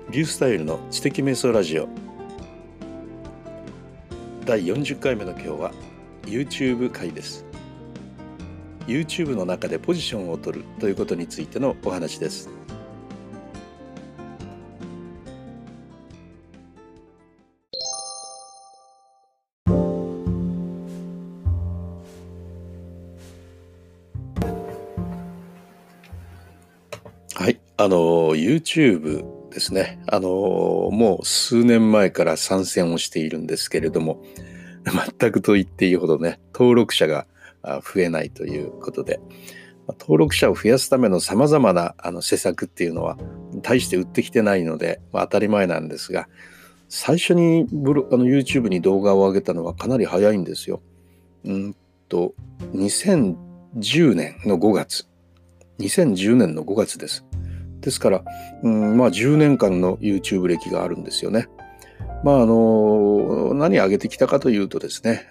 リュースタイルの知的瞑想ラジオ第40回目の今日は YouTube 回です。 YouTube の中でポジションを取るということについてのお話です。はい、YouTube ですね。もう数年前から参戦をしているんですけれども、全くと言っていいほどね、登録者が増えないということで、登録者を増やすためのさまざまな施策っていうのは大して売ってきてないので、当たり前なんですが、最初にYouTube に動画を上げたのはかなり早いんですよ。2010年の5月。2010年の5月です。ですから、10年間の YouTube 歴があるんですよね。何上げてきたかというとですね、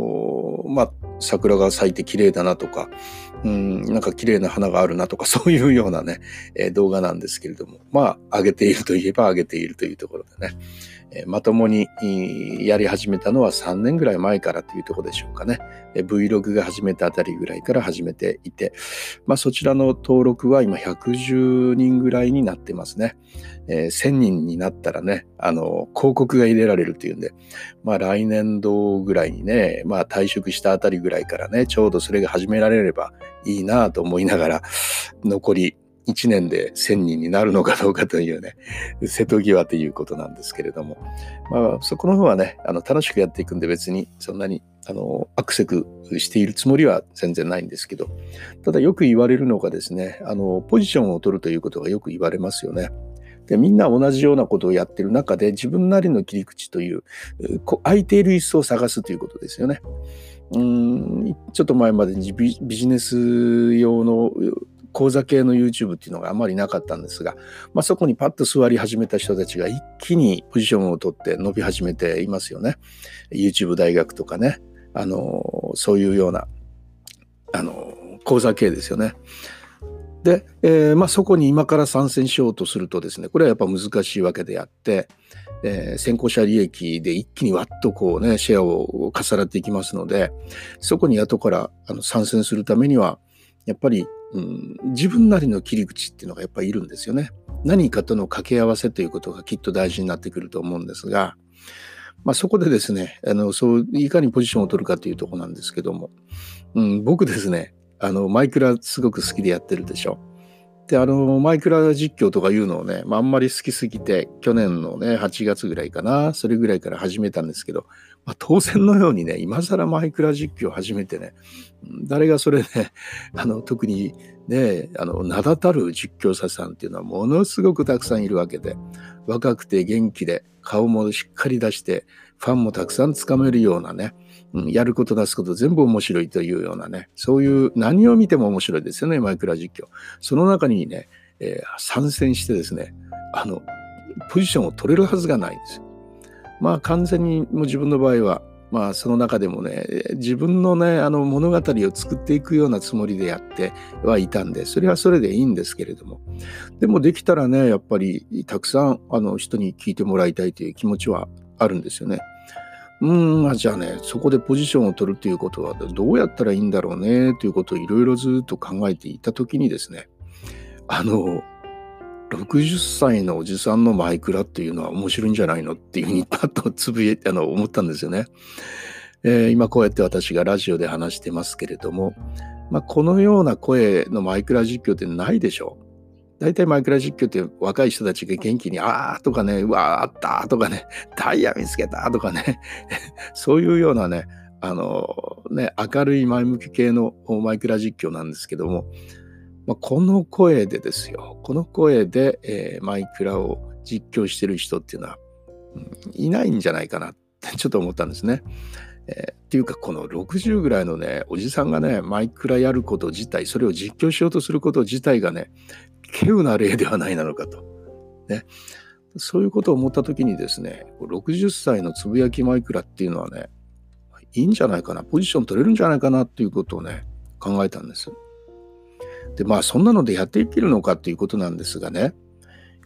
桜が咲いて綺麗だなとか、なんか綺麗な花があるなとか、そういうようなね、動画なんですけれども、上げているといえば上げているというところでね、まともにやり始めたのは3年ぐらい前からというところでしょうかね。Vlog が始めたあたりぐらいから始めていて、そちらの登録は今110人ぐらいになってますね。1000人になったらね、広告が入れられるというんで、来年度ぐらいにね、退職したあたりぐらいからね、ちょうどそれが始められればいいなと思いながら、残り1年で1000人になるのかどうかというね、瀬戸際ということなんですけれども、そこの方はね、楽しくやっていくんで別にそんなにアクセクしているつもりは全然ないんですけど、ただよく言われるのがですね、ポジションを取るということがよく言われますよね。で、みんな同じようなことをやってる中で自分なりの切り口という、空いている椅子を探すということですよね。ちょっと前までにビジネス用の講座系の YouTube っていうのがあまりなかったんですが、そこにパッと座り始めた人たちが一気にポジションを取って伸び始めていますよね。YouTube 大学とかね、そういうような講座系ですよね。で、そこに今から参戦しようとするとですね、これはやっぱ難しいわけであって、先行者利益で一気にわっとこうね、シェアを重なっていきますので、そこに後から参戦するためには、やっぱり、自分なりの切り口っていうのがやっぱりいるんですよね。何かとの掛け合わせということがきっと大事になってくると思うんですが、そこでですね、いかにポジションを取るかというところなんですけども、僕ですね、マイクラすごく好きでやってるでしょ。で、マイクラ実況とかいうのをね、あんまり好きすぎて、去年のね、8月ぐらいかな、それぐらいから始めたんですけど、当然のようにね、今更マイクラ実況を始めてね、誰がそれね、特にね、名だたる実況者さんっていうのはものすごくたくさんいるわけで、若くて元気で、顔もしっかり出して、ファンもたくさんつかめるようなね、やること出すこと全部面白いというようなね、そういう何を見ても面白いですよね、マイクラ実況。その中にね、参戦してですね、ポジションを取れるはずがないんですよ。完全にもう自分の場合は、その中でもね、自分のね、物語を作っていくようなつもりでやってはいたんで、それはそれでいいんですけれども、でもできたらね、やっぱりたくさん人に聞いてもらいたいという気持ちはあるんですよね。じゃあね、そこでポジションを取るということはどうやったらいいんだろうねということをいろいろずっと考えていたときにですね、60歳のおじさんのマイクラっていうのは面白いんじゃないのっていうふうにパッと思ったんですよね。今こうやって私がラジオで話してますけれども、このような声のマイクラ実況ってないでしょう。大体マイクラ実況って若い人たちが元気にあーとかね、うわーあったーとかね、ダイヤ見つけたとかね、そういうようなね、明るい前向き系のマイクラ実況なんですけども、この声でですよ、この声で、マイクラを実況してる人っていうのは、いないんじゃないかなってちょっと思ったんですね。っていうかこの60ぐらいのねおじさんがねマイクラやること自体、それを実況しようとすること自体がね稀有な例ではないなのかと、ね、そういうことを思った時にですね、60歳のつぶやきマイクラっていうのはね、いいんじゃないかな、ポジション取れるんじゃないかなっていうことをね考えたんです。でそんなのでやっていけるのかっていうことなんですがね、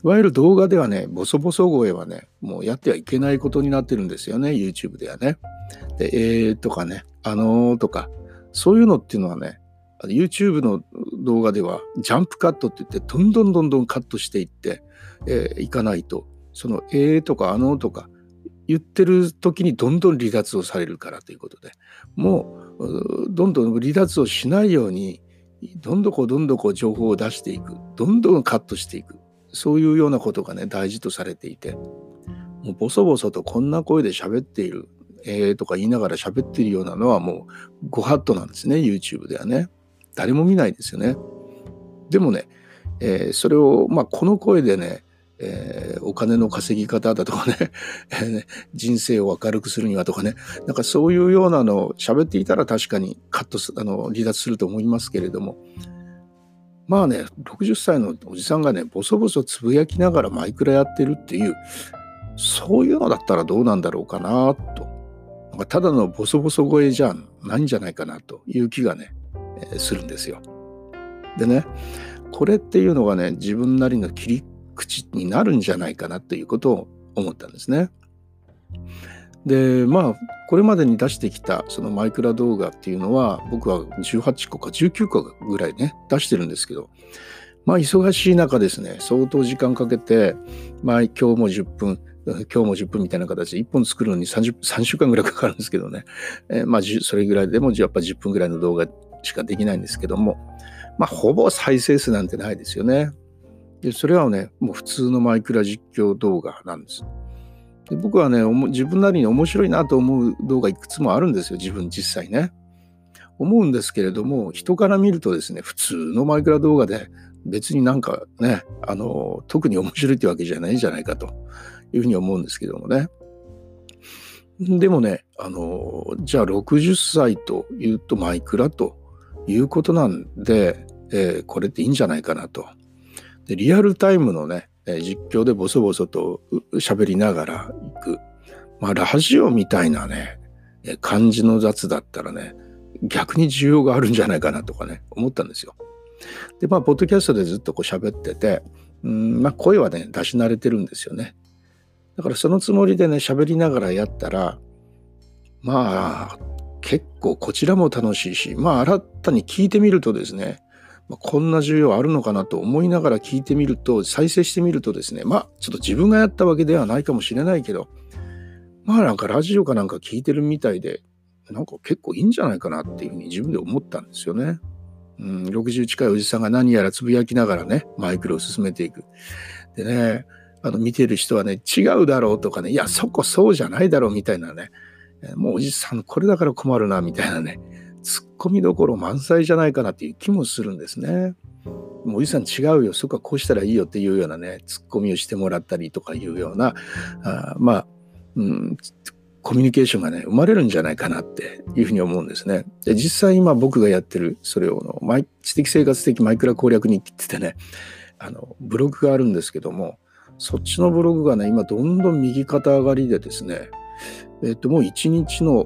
いわゆる動画ではね、ボソボソ声はね、もうやってはいけないことになってるんですよね、YouTube ではね。で、とかね、とか、そういうのっていうのはね、YouTube の動画ではジャンプカットって言って、どんどんどんどんカットしていって、いかないと、そのとかとか言ってる時にどんどん離脱をされるからということで、もうどんどん離脱をしないように、どんどこ情報を出していく、どんどんカットしていく、そういうようなことがね、大事とされていて、もうボソボソとこんな声で喋っている、とか言いながら喋っているようなのはもうご法度なんですね、YouTube ではね。誰も見ないですよね。でもね、それを、この声でね、お金の稼ぎ方だとかね人生を明るくするにはとかね、なんかそういうようなのを喋っていたら確かにカットす離脱すると思いますけれども、まあね、60歳のおじさんがね、ボソボソつぶやきながらマイクラやってるっていう、そういうのだったらどうなんだろうかなと。なんかただのボソボソ声じゃないんじゃないかなという気がね、するんですよ。でね、これっていうのがね、自分なりの切り口になるんじゃないかなということを思ったんですね。で、これまでに出してきたそのマイクラ動画っていうのは、僕は18個か19個ぐらいね、出してるんですけど、忙しい中ですね、相当時間かけて、今日も10分、みたいな形で1本作るのに3週間ぐらいかかるんですけどね。それぐらいでもやっぱ10分ぐらいの動画しかできないんですけども、ほぼ再生数なんてないですよね。で、それはね、もう普通のマイクラ実況動画なんです。で、僕はね、自分なりに面白いなと思う動画いくつもあるんですよ、自分実際ね。思うんですけれども、人から見るとですね、普通のマイクラ動画で別になんかね、特に面白いってわけじゃないんじゃないかというふうに思うんですけどもね。でもね、じゃあ60歳というとマイクラということなんで、これっていいんじゃないかなと。で、リアルタイムのね、実況でボソボソと喋りながら行く。ラジオみたいなね、感じの雑だったらね、逆に需要があるんじゃないかなとかね、思ったんですよ。で、ポッドキャストでずっとこう喋ってて、声はね、出し慣れてるんですよね。だからそのつもりでね、喋りながらやったら、結構こちらも楽しいし、新たに聞いてみるとですね、こんな需要あるのかなと思いながら聞いてみると、再生してみるとですね、ちょっと自分がやったわけではないかもしれないけど、なんかラジオかなんか聞いてるみたいで、なんか結構いいんじゃないかなっていうふうに自分で思ったんですよね。60近いおじさんが何やらつぶやきながらね、マイクロを進めていく。でね、見てる人はね、違うだろうとかね、いや、そうじゃないだろうみたいなね、もうおじさんこれだから困るなみたいなね、ツッコミどころ満載じゃないかなっていう気もするんですね。もうおじさん違うよ、そこはこうしたらいいよっていうようなね、ツッコミをしてもらったりとかいうような、コミュニケーションがね、生まれるんじゃないかなっていうふうに思うんですね。で、実際今僕がやってる、それを知的生活的マイクラ攻略日記って言ってね、ブログがあるんですけども、そっちのブログがね、今どんどん右肩上がりでですね、もう一日の、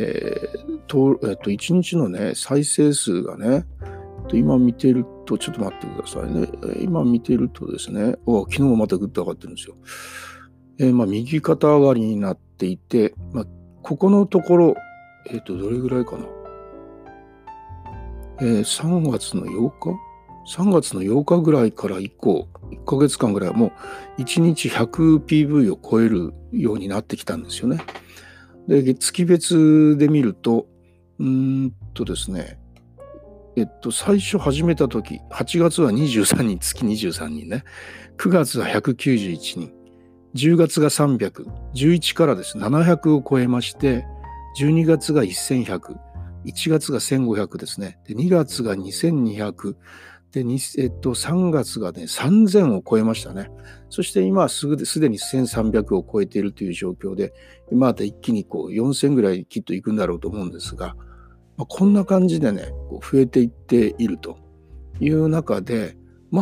一日のね、再生数がね、今見てると、ちょっと待ってくださいね。今見てるとですね、昨日もまたぐっと上がってるんですよ。右肩上がりになっていて、ここのところ、どれぐらいかな。3月の8日 ?3 月の8日ぐらいから以降、1ヶ月間ぐらいもう1日 100PV を超えるようになってきたんですよね。で、月別で見ると、ですね、最初始めた時、8月は23人、月23人ね。9月は191人。10月が300。11からです。700を超えまして、12月が1100。1月が1500ですね。で、2月が2200。で、3月がね、3000を超えましたね。そして今はすでに1300を超えているという状況で、また一気に4000ぐらいきっといくんだろうと思うんですが、こんな感じでね、増えていっているという中で、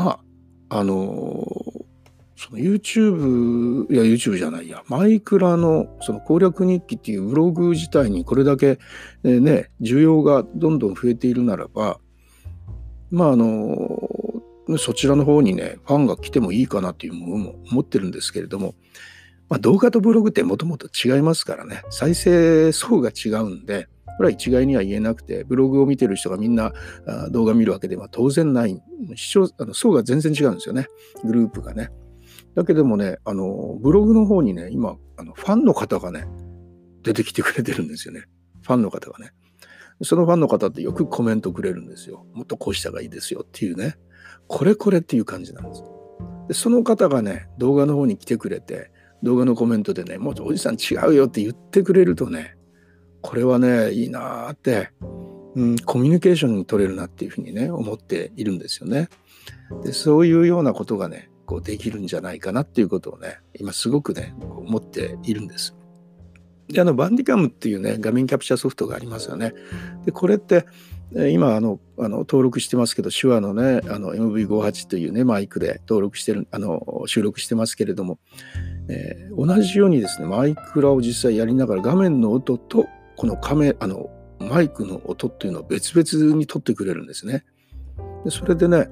その YouTube じゃないや、マイクラのその攻略日記っていうブログ自体にこれだけ需要がどんどん増えているならば、 そちらの方にね、ファンが来てもいいかなっていうものも思ってるんですけれども、動画とブログってもともと違いますからね、再生層が違うんで、これは一概には言えなくて、ブログを見てる人がみんな動画見るわけでは当然ない、層が全然違うんですよね、グループがね。だけどもね、ブログの方にね、今、ファンの方がね、出てきてくれてるんですよね。ファンの方がね。そのファンの方ってよくコメントくれるんですよ。もっとこうした方がいいですよっていうね。これっていう感じなんです。で、その方がね、動画の方に来てくれて、動画のコメントでね、もうおじさん違うよって言ってくれるとね、これはね、いいなーって、コミュニケーションに取れるなっていうふうにね、思っているんですよね。で、そういうようなことがね、こうできるんじゃないかなっていうことをね、今すごくね、思っているんです。で、バンディカムっていうね、画面キャプチャーソフトがありますよね。で、これって、今、登録してますけど、手話のね、MV58 というね、マイクで登録してる、収録してますけれども、同じようにですね、マイクラを実際やりながら画面の音と、このマイクの音っていうのを別々に取ってくれるんですね。で、それでね、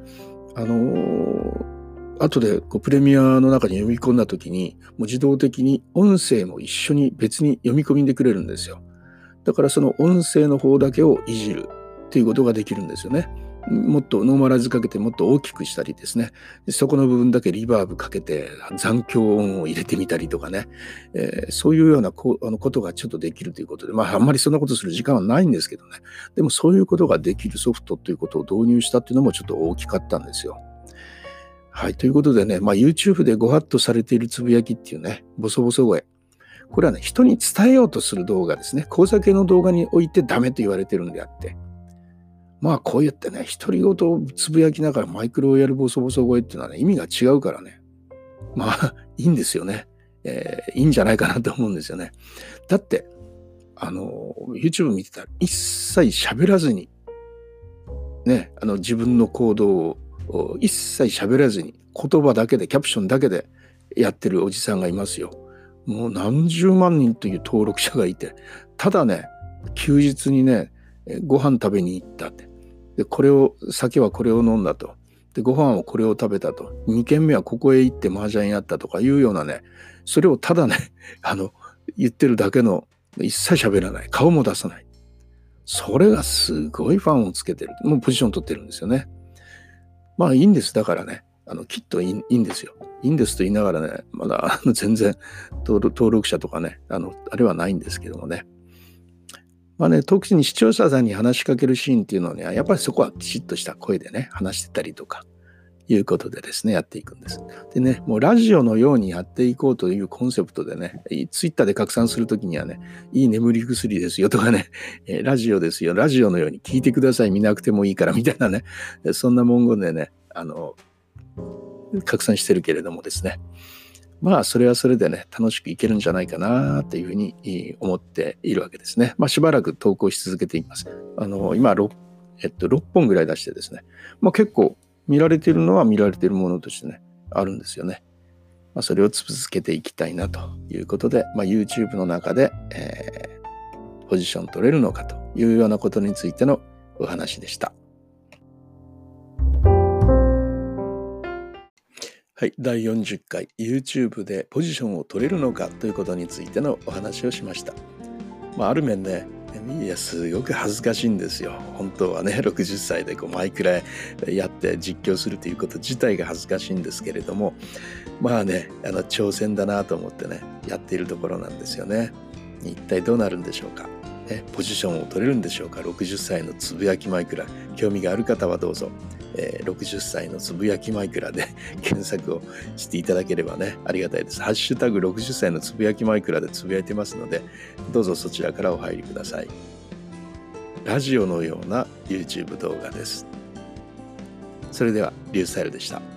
後でプレミアの中に読み込んだ時に、もう自動的に音声も一緒に別に読み込んでくれるんですよ。だからその音声の方だけをいじるっていうことができるんですよね。もっとノーマライズかけてもっと大きくしたりですね。そこの部分だけリバーブかけて残響音を入れてみたりとかね。そういうようなことがちょっとできるということで、あんまりそんなことする時間はないんですけどね。でもそういうことができるソフトということを導入したっていうのもちょっと大きかったんですよ。はい。ということでね、YouTube でご法度されているつぶやきっていうね、ボソボソ声。これはね、人に伝えようとする動画ですね。講座系の動画においてダメと言われてるんであって。こう言ってね、独り言をつぶやきながらマイクロをやるボソボソ声っていうのはね、意味が違うからね。いいんですよね。いいんじゃないかなと思うんですよね。だって、YouTube 見てたら一切喋らずに、ね、自分の行動を一切喋らずに言葉だけでキャプションだけでやってるおじさんがいますよ。もう何十万人という登録者がいて、ただね、休日にね、ご飯食べに行ったって。で、酒はこれを飲んだと。で、ご飯はこれを食べたと。2軒目はここへ行って麻雀やったとかいうようなね、それをただね、言ってるだけの、一切喋らない。顔も出さない。それがすごいファンをつけてる。もうポジション取ってるんですよね。いいんです。だからね、きっといいんですよ。いいんですと言いながらね、まだ全然登録者とかね、あれはないんですけどもね。特に視聴者さんに話しかけるシーンっていうのはね、やっぱりそこはきちっとした声でね、話してたりとか、いうことでですね、やっていくんです。でね、もうラジオのようにやっていこうというコンセプトでね、ツイッターで拡散するときにはね、いい眠り薬ですよとかね、ラジオですよ、ラジオのように聞いてください、見なくてもいいからみたいなね、そんな文言でね、拡散してるけれどもですね、それはそれでね、楽しくいけるんじゃないかなというふうに思っているわけですね。しばらく投稿し続けています。今6本ぐらい出してですね、結構見られているのは見られているものとしてね、あるんですよね。それを続けていきたいなということで、YouTube の中で、ポジション取れるのかというようなことについてのお話でした。はい、第40回 YouTube でポジションを取れるのかということについてのお話をしました。ある面ね、すごく恥ずかしいんですよ。本当はね、60歳でマイクラやって実況するということ自体が恥ずかしいんですけれども、挑戦だなと思ってね、やっているところなんですよね。一体どうなるんでしょうか。ポジションを取れるんでしょうか。60歳のつぶやきマイクラ、興味がある方はどうぞ。60歳のつぶやきマイクラで検索をしていただければね、ありがたいです。ハッシュタグ60歳のつぶやきマイクラでつぶやいてますので、どうぞそちらからお入りください。ラジオのような YouTube 動画です。それでは、リュースタイルでした。